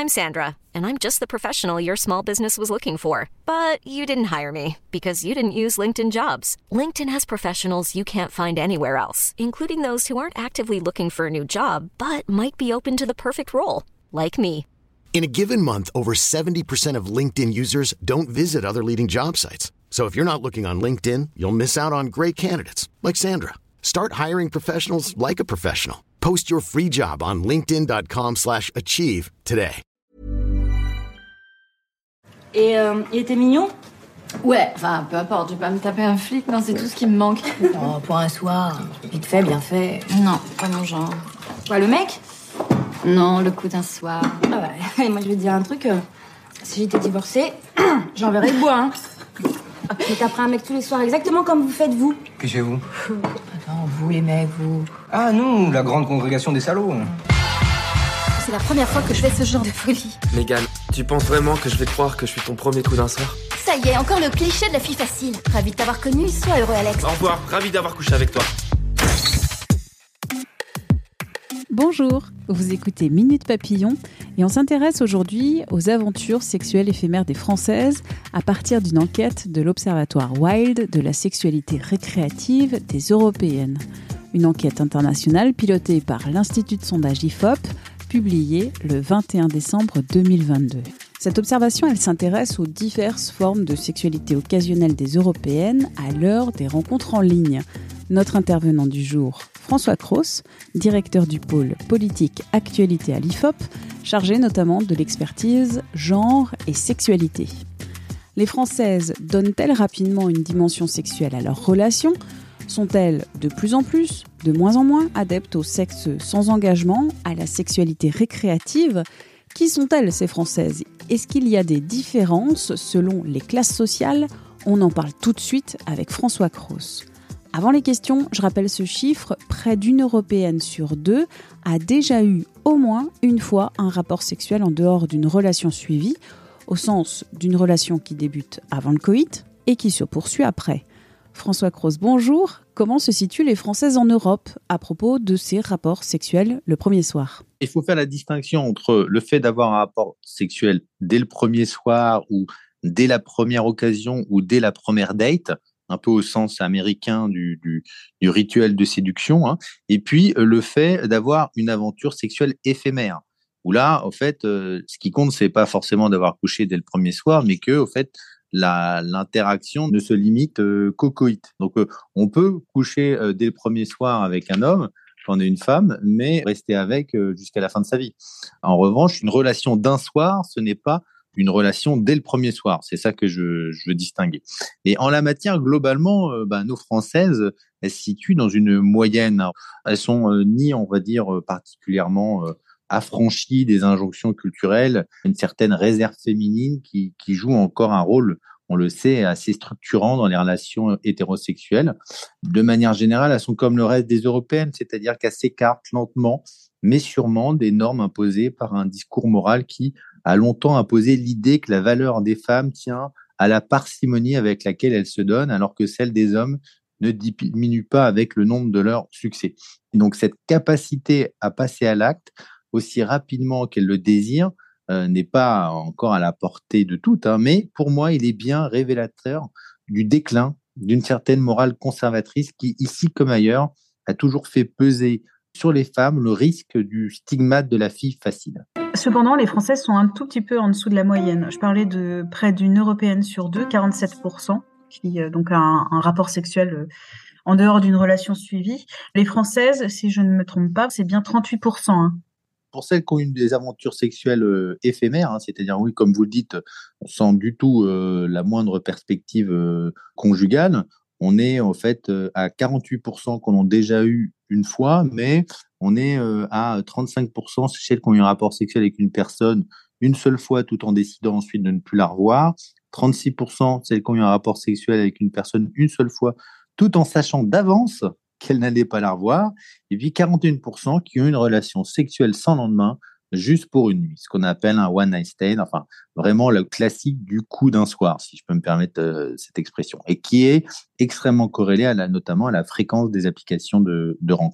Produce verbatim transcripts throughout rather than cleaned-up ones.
I'm Sandra, and I'm just the professional your small business was looking for. But you didn't hire me because you didn't use LinkedIn Jobs. LinkedIn has professionals you can't find anywhere else, including those who aren't actively looking for a new job, but might be open to the perfect role, like me. In a given month, over seventy percent of LinkedIn users don't visit other leading job sites. So if you're not looking on LinkedIn, you'll miss out on great candidates like Sandra. Start hiring professionals like a professional. Post your free job on linkedin.com slash achieve today. Et euh, il était mignon ? Ouais, enfin, peu importe, je vais pas me taper un flic, non, c'est tout ce qui me manque. Oh, pour un soir, vite fait, bien fait. Non, pas mon genre. Quoi, le mec ? Non, le coup d'un soir. Ah ouais, moi je vais te dire un truc, euh, si j'étais divorcée, j'enverrais le bois, hein. Mais t'apprends un mec tous les soirs, exactement comme vous faites, vous. Que chez vous ? Attends, vous les mecs, vous... Ah nous, la grande congrégation des salauds. C'est la première fois que je fais ce genre de folie. Mégane, tu penses vraiment que je vais croire que je suis ton premier coup d'un soir ? Ça y est, encore le cliché de la fille facile. Ravi de t'avoir connu, sois heureux, Alex. Au revoir, ravi d'avoir couché avec toi. Bonjour, vous écoutez Minute Papillon et on s'intéresse aujourd'hui aux aventures sexuelles éphémères des Françaises à partir d'une enquête de l'Observatoire Wild de la sexualité récréative des Européennes. Une enquête internationale pilotée par l'Institut de sondage I F O P, publiée le vingt et un décembre deux mille vingt-deux. Cette observation, elle s'intéresse aux diverses formes de sexualité occasionnelle des Européennes à l'heure des rencontres en ligne. Notre intervenant du jour, François Cros, directeur du pôle politique actualité à l'I F O P, chargé notamment de l'expertise genre et sexualité. Les Françaises donnent-elles rapidement une dimension sexuelle à leurs relations ? Sont-elles de plus en plus, de moins en moins adeptes au sexe sans engagement, à la sexualité récréative ? Qui sont-elles ces Françaises ? Est-ce qu'il y a des différences selon les classes sociales ? On en parle tout de suite avec François Cros. Avant les questions, je rappelle ce chiffre, près d'une Européenne sur deux a déjà eu au moins une fois un rapport sexuel en dehors d'une relation suivie, au sens d'une relation qui débute avant le coït et qui se poursuit après. François Cros, bonjour. Comment se situent les Françaises en Europe à propos de ces rapports sexuels le premier soir ? Il faut faire la distinction entre le fait d'avoir un rapport sexuel dès le premier soir ou dès la première occasion ou dès la première date, un peu au sens américain du, du, du rituel de séduction, hein, et puis le fait d'avoir une aventure sexuelle éphémère, où là, au fait, euh, ce qui compte, c'est pas forcément d'avoir couché dès le premier soir, mais que, au fait, la, l'interaction ne se limite euh, qu'au coït. Donc, euh, on peut coucher euh, dès le premier soir avec un homme, quand on est une femme, mais rester avec euh, jusqu'à la fin de sa vie. En revanche, une relation d'un soir, ce n'est pas une relation dès le premier soir. C'est ça que je, je veux distinguer. Et en la matière, globalement, euh, bah, nos Françaises, elles se situent dans une moyenne. Elles sont euh, ni, on va dire, euh, particulièrement euh, affranchies des injonctions culturelles, une certaine réserve féminine qui, qui joue encore un rôle, on le sait, assez structurant dans les relations hétérosexuelles. De manière générale, elles sont comme le reste des Européennes, c'est-à-dire qu'elles s'écartent lentement, mais sûrement des normes imposées par un discours moral qui a longtemps imposé l'idée que la valeur des femmes tient à la parcimonie avec laquelle elles se donnent, alors que celle des hommes ne diminue pas avec le nombre de leurs succès. Donc cette capacité à passer à l'acte aussi rapidement qu'elles le désirent euh, n'est pas encore à la portée de toutes, hein, mais pour moi, il est bien révélateur du déclin d'une certaine morale conservatrice qui, ici comme ailleurs, a toujours fait peser sur les femmes le risque du stigmate de la fille facile. Cependant, les Françaises sont un tout petit peu en dessous de la moyenne. Je parlais de près d'une Européenne sur deux, quarante-sept pour cent, qui euh, donc a un, un rapport sexuel euh, en dehors d'une relation suivie. Les Françaises, si je ne me trompe pas, c'est bien trente-huit pour cent. Hein. Pour celles qui ont eu des aventures sexuelles euh, éphémères, hein, c'est-à-dire, oui, comme vous le dites, sans du tout euh, la moindre perspective euh, conjugale, on est en fait euh, à quarante-huit pour cent qu'on a déjà eu une fois, mais on est euh, à trente-cinq pour cent chez celles qui ont eu un rapport sexuel avec une personne une seule fois tout en décidant ensuite de ne plus la revoir, trente-six pour cent celles qui ont eu un rapport sexuel avec une personne une seule fois tout en sachant d'avance qu'elle n'allait pas la revoir, et puis quarante et un pour cent qui ont eu une relation sexuelle sans lendemain juste pour une nuit, ce qu'on appelle un one night stand, enfin vraiment le classique du coup d'un soir, si je peux me permettre euh, cette expression, et qui est extrêmement corrélé à la, notamment à la fréquence des applications de, de rencontres.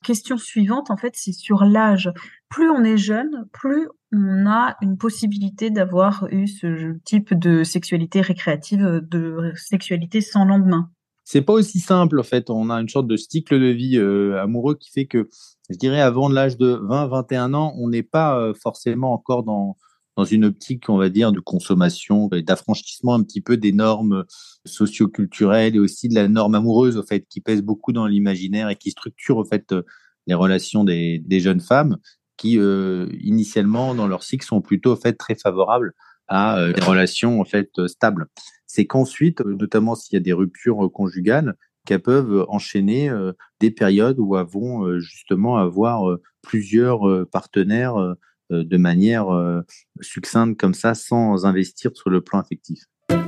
question suivante, en fait, c'est sur l'âge. Plus on est jeune, plus on a une possibilité d'avoir eu ce type de sexualité récréative, de sexualité sans lendemain. C'est pas aussi simple, en fait. On a une sorte de cycle de vie euh, amoureux qui fait que, je dirais, avant l'âge de vingt, vingt et un ans, on n'est pas euh, forcément encore dans, dans une optique, on va dire, de consommation et d'affranchissement un petit peu des normes socio-culturelles et aussi de la norme amoureuse, au fait, qui pèse beaucoup dans l'imaginaire et qui structure, au fait, les relations des, des jeunes femmes qui, euh, initialement, dans leur cycle, sont plutôt, au fait, très favorables à euh, des relations, en fait, stables. C'est qu'ensuite, notamment s'il y a des ruptures conjugales, qu'elles peuvent enchaîner euh, des périodes où elles vont euh, justement avoir euh, plusieurs euh, partenaires euh, de manière euh, succincte comme ça, sans investir sur le plan affectif.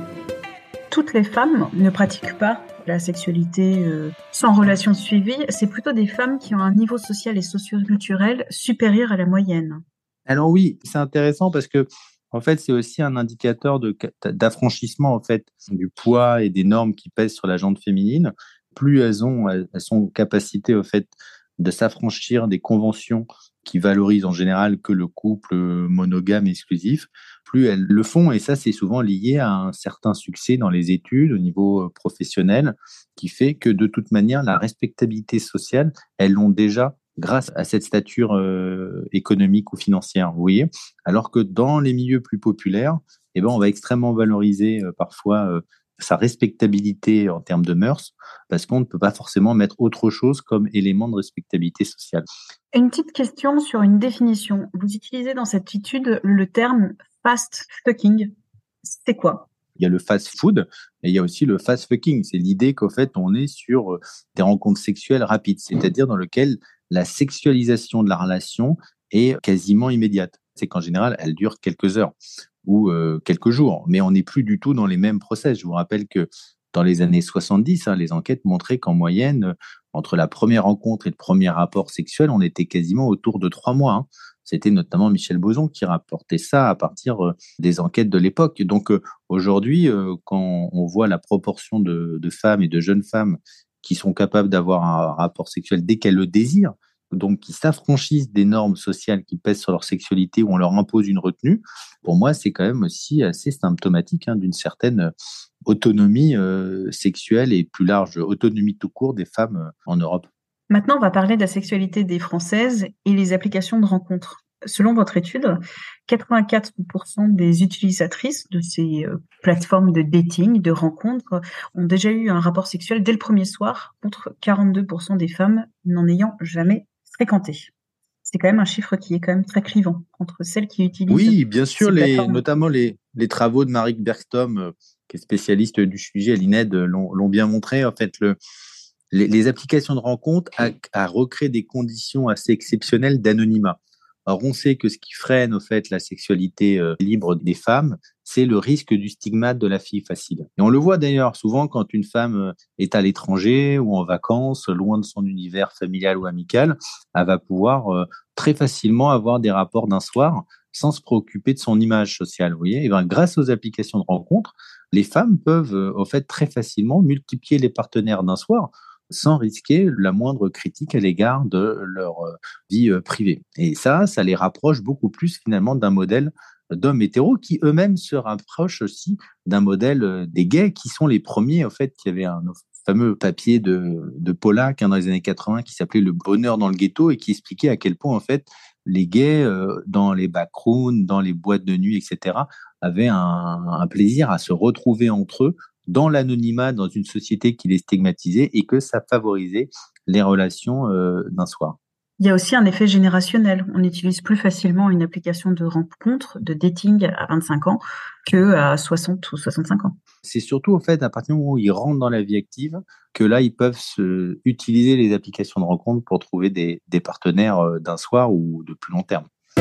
Toutes les femmes ne pratiquent pas la sexualité euh, sans relation suivie. C'est plutôt des femmes qui ont un niveau social et socio-culturel supérieur à la moyenne. Alors oui, c'est intéressant parce que en fait, c'est aussi un indicateur de, d'affranchissement en fait du poids et des normes qui pèsent sur la jante féminine. Plus elles ont, elles sont en capacité au fait de s'affranchir des conventions qui valorisent en général que le couple monogame exclusif, plus elles le font. Et ça, c'est souvent lié à un certain succès dans les études au niveau professionnel, qui fait que de toute manière, la respectabilité sociale, elles l'ont déjà grâce à cette stature euh, économique ou financière, vous voyez. Alors que dans les milieux plus populaires, eh ben, on va extrêmement valoriser euh, parfois euh, sa respectabilité en termes de mœurs, parce qu'on ne peut pas forcément mettre autre chose comme élément de respectabilité sociale. Une petite question sur une définition. Vous utilisez dans cette étude le terme fast fucking. C'est quoi ? Il y a le fast food et il y a aussi le fast fucking. C'est l'idée qu'en fait, on est sur des rencontres sexuelles rapides, c'est-à-dire dans lequel la sexualisation de la relation est quasiment immédiate. C'est qu'en général, elle dure quelques heures ou euh, quelques jours, mais on n'est plus du tout dans les mêmes process. Je vous rappelle que dans les années soixante-dix, hein, les enquêtes montraient qu'en moyenne, entre la première rencontre et le premier rapport sexuel, on était quasiment autour de trois mois. Hein. C'était notamment Michel Boson qui rapportait ça à partir euh, des enquêtes de l'époque. Donc euh, aujourd'hui, euh, quand on voit la proportion de, de femmes et de jeunes femmes qui sont capables d'avoir un rapport sexuel dès qu'elles le désirent, donc qui s'affranchissent des normes sociales qui pèsent sur leur sexualité où on leur impose une retenue, pour moi, c'est quand même aussi assez symptomatique hein, d'une certaine autonomie euh, sexuelle et plus large autonomie tout court des femmes euh, en Europe. Maintenant, on va parler de la sexualité des Françaises et les applications de rencontres. Selon votre étude, quatre-vingt-quatre pour cent des utilisatrices de ces euh, plateformes de dating, de rencontres, ont déjà eu un rapport sexuel dès le premier soir, contre quarante-deux pour cent des femmes n'en ayant jamais fréquenté. C'est quand même un chiffre qui est quand même très clivant entre celles qui utilisent. Oui, bien sûr, les, notamment les, les travaux de Marik Bergström, euh, qui est spécialiste du sujet à l'I N E D, l'ont, l'ont bien montré. En fait, le, les, les applications de rencontres a, a recréé des conditions assez exceptionnelles d'anonymat. Alors, on sait que ce qui freine, au fait, la sexualité euh, libre des femmes, c'est le risque du stigmate de la fille facile. Et on le voit d'ailleurs souvent quand une femme est à l'étranger ou en vacances, loin de son univers familial ou amical, elle va pouvoir euh, très facilement avoir des rapports d'un soir sans se préoccuper de son image sociale. Vous voyez, et bien, grâce aux applications de rencontres, les femmes peuvent, euh, au fait, très facilement multiplier les partenaires d'un soir, sans risquer la moindre critique à l'égard de leur vie privée. Et ça, ça les rapproche beaucoup plus finalement d'un modèle d'hommes hétéros qui eux-mêmes se rapprochent aussi d'un modèle des gays qui sont les premiers, en fait, qui avaient un fameux papier de, de Pollack hein, dans les années quatre-vingts qui s'appelait « Le bonheur dans le ghetto » et qui expliquait à quel point, en fait, les gays, euh, dans les backrooms, dans les boîtes de nuit, et cetera, avaient un, un plaisir à se retrouver entre eux dans l'anonymat, dans une société qui les stigmatisait et que ça favorisait les relations euh, d'un soir. Il y a aussi un effet générationnel. On utilise plus facilement une application de rencontre, de dating à vingt-cinq ans qu'à soixante ou soixante-cinq ans. C'est surtout au fait, à partir du moment où ils rentrent dans la vie active, que là, ils peuvent se, utiliser les applications de rencontre pour trouver des, des partenaires d'un soir ou de plus long terme.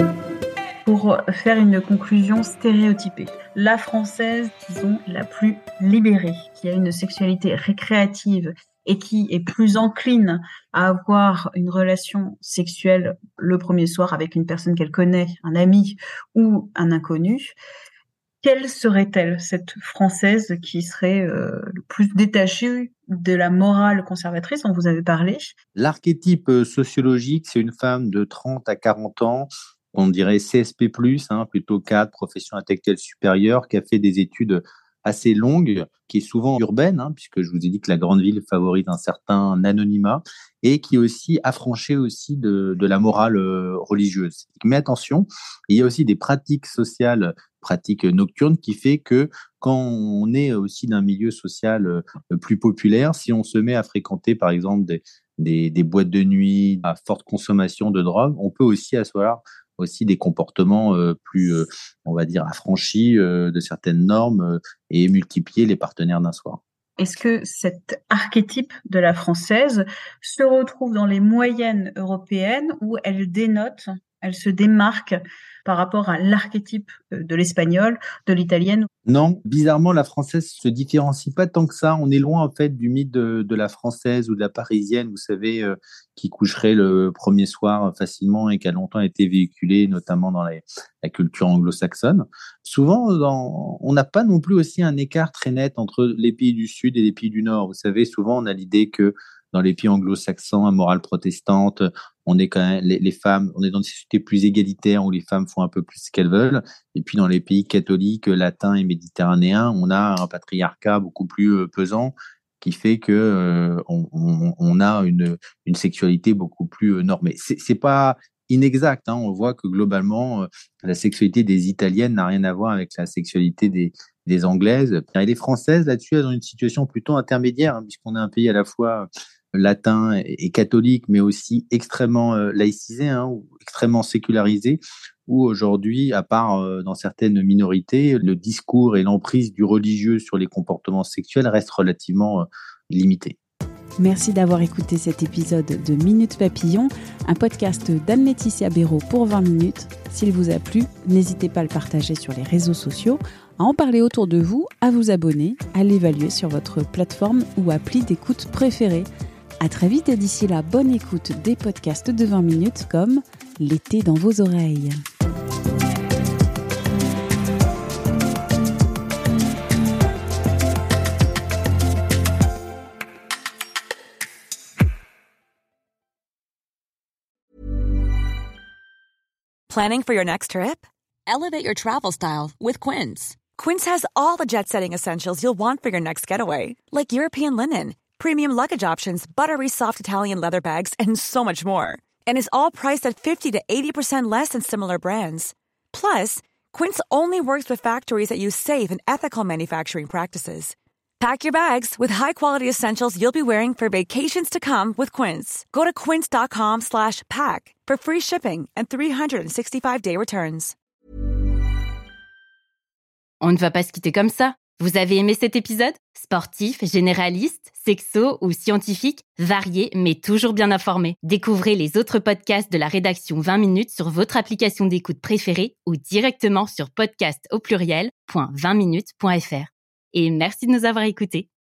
Pour faire une conclusion stéréotypée, la Française, disons, la plus libérée, qui a une sexualité récréative et qui est plus encline à avoir une relation sexuelle le premier soir avec une personne qu'elle connaît, un ami ou un inconnu, quelle serait-elle, cette Française qui serait euh, le plus détachée de la morale conservatrice dont vous avez parlé? L'archétype sociologique, c'est une femme de trente à quarante ans, on dirait C S P plus, hein, plutôt cadre, profession intellectuelle supérieure, qui a fait des études assez longue, qui est souvent urbaine, hein, puisque je vous ai dit que la grande ville favorise un certain anonymat, et qui est aussi affranchie aussi de, de la morale euh, religieuse. Mais attention, il y a aussi des pratiques sociales, pratiques nocturnes, qui fait que quand on est aussi d'un milieu social euh, plus populaire, si on se met à fréquenter par exemple des, des, des boîtes de nuit à forte consommation de drogue, on peut aussi asseoir aussi des comportements euh, plus, euh, on va dire, affranchis euh, de certaines normes euh, et multiplier les partenaires d'un soir. Est-ce que cet archétype de la Française se retrouve dans les moyennes européennes ou elle dénote, elle se démarque par rapport à l'archétype de l'Espagnole, de l'Italienne? Non, bizarrement, la Française se différencie pas tant que ça. On est loin, en fait, du mythe de, de la Française ou de la Parisienne, vous savez, euh, qui coucherait le premier soir facilement et qui a longtemps été véhiculée, notamment dans les, la culture anglo-saxonne. Souvent, dans, on n'a pas non plus aussi un écart très net entre les pays du Sud et les pays du Nord. Vous savez, souvent, on a l'idée que dans les pays anglo-saxons, à morale protestante, on est quand même, les, les femmes, on est dans des sociétés plus égalitaires où les femmes font un peu plus ce qu'elles veulent. Et puis, dans les pays catholiques, latins et méditerranéens, on a un patriarcat beaucoup plus pesant qui fait que euh, on, on, on a une, une sexualité beaucoup plus normée. C'est, c'est pas inexact, hein. On voit que globalement, euh, la sexualité des Italiennes n'a rien à voir avec la sexualité des, des Anglaises. Et les Françaises, là-dessus, elles ont une situation plutôt intermédiaire, hein, puisqu'on est un pays à la fois latin et catholique, mais aussi extrêmement euh, laïcisé, hein, ou extrêmement sécularisé, où aujourd'hui, à part euh, dans certaines minorités, le discours et l'emprise du religieux sur les comportements sexuels restent relativement euh, limités. Merci d'avoir écouté cet épisode de Minute Papillon, un podcast d'Anne-Laetitia Béraud pour vingt minutes. S'il vous a plu, n'hésitez pas à le partager sur les réseaux sociaux, à en parler autour de vous, à vous abonner, à l'évaluer sur votre plateforme ou appli d'écoute préférée. À très vite et d'ici là, bonne écoute des podcasts de vingt minutes comme L'été dans vos oreilles. Planning for your next trip? Elevate your travel style with Quince. Quince has all the jet-setting essentials you'll want for your next getaway, like European linen, premium luggage options, buttery soft Italian leather bags, and so much more. And is all priced at fifty to eighty percent less than similar brands. Plus, Quince only works with factories that use safe and ethical manufacturing practices. Pack your bags with high-quality essentials you'll be wearing for vacations to come with Quince. Go to quince.com slash pack for free shipping and three sixty-five day returns. On ne va pas se quitter comme ça. Vous avez aimé cet épisode? Sportif, généraliste, sexo ou scientifique, varié mais toujours bien informé. Découvrez les autres podcasts de la rédaction vingt minutes sur votre application d'écoute préférée ou directement sur podcast au pluriel point vingt minutes point f r. Et merci de nous avoir écoutés.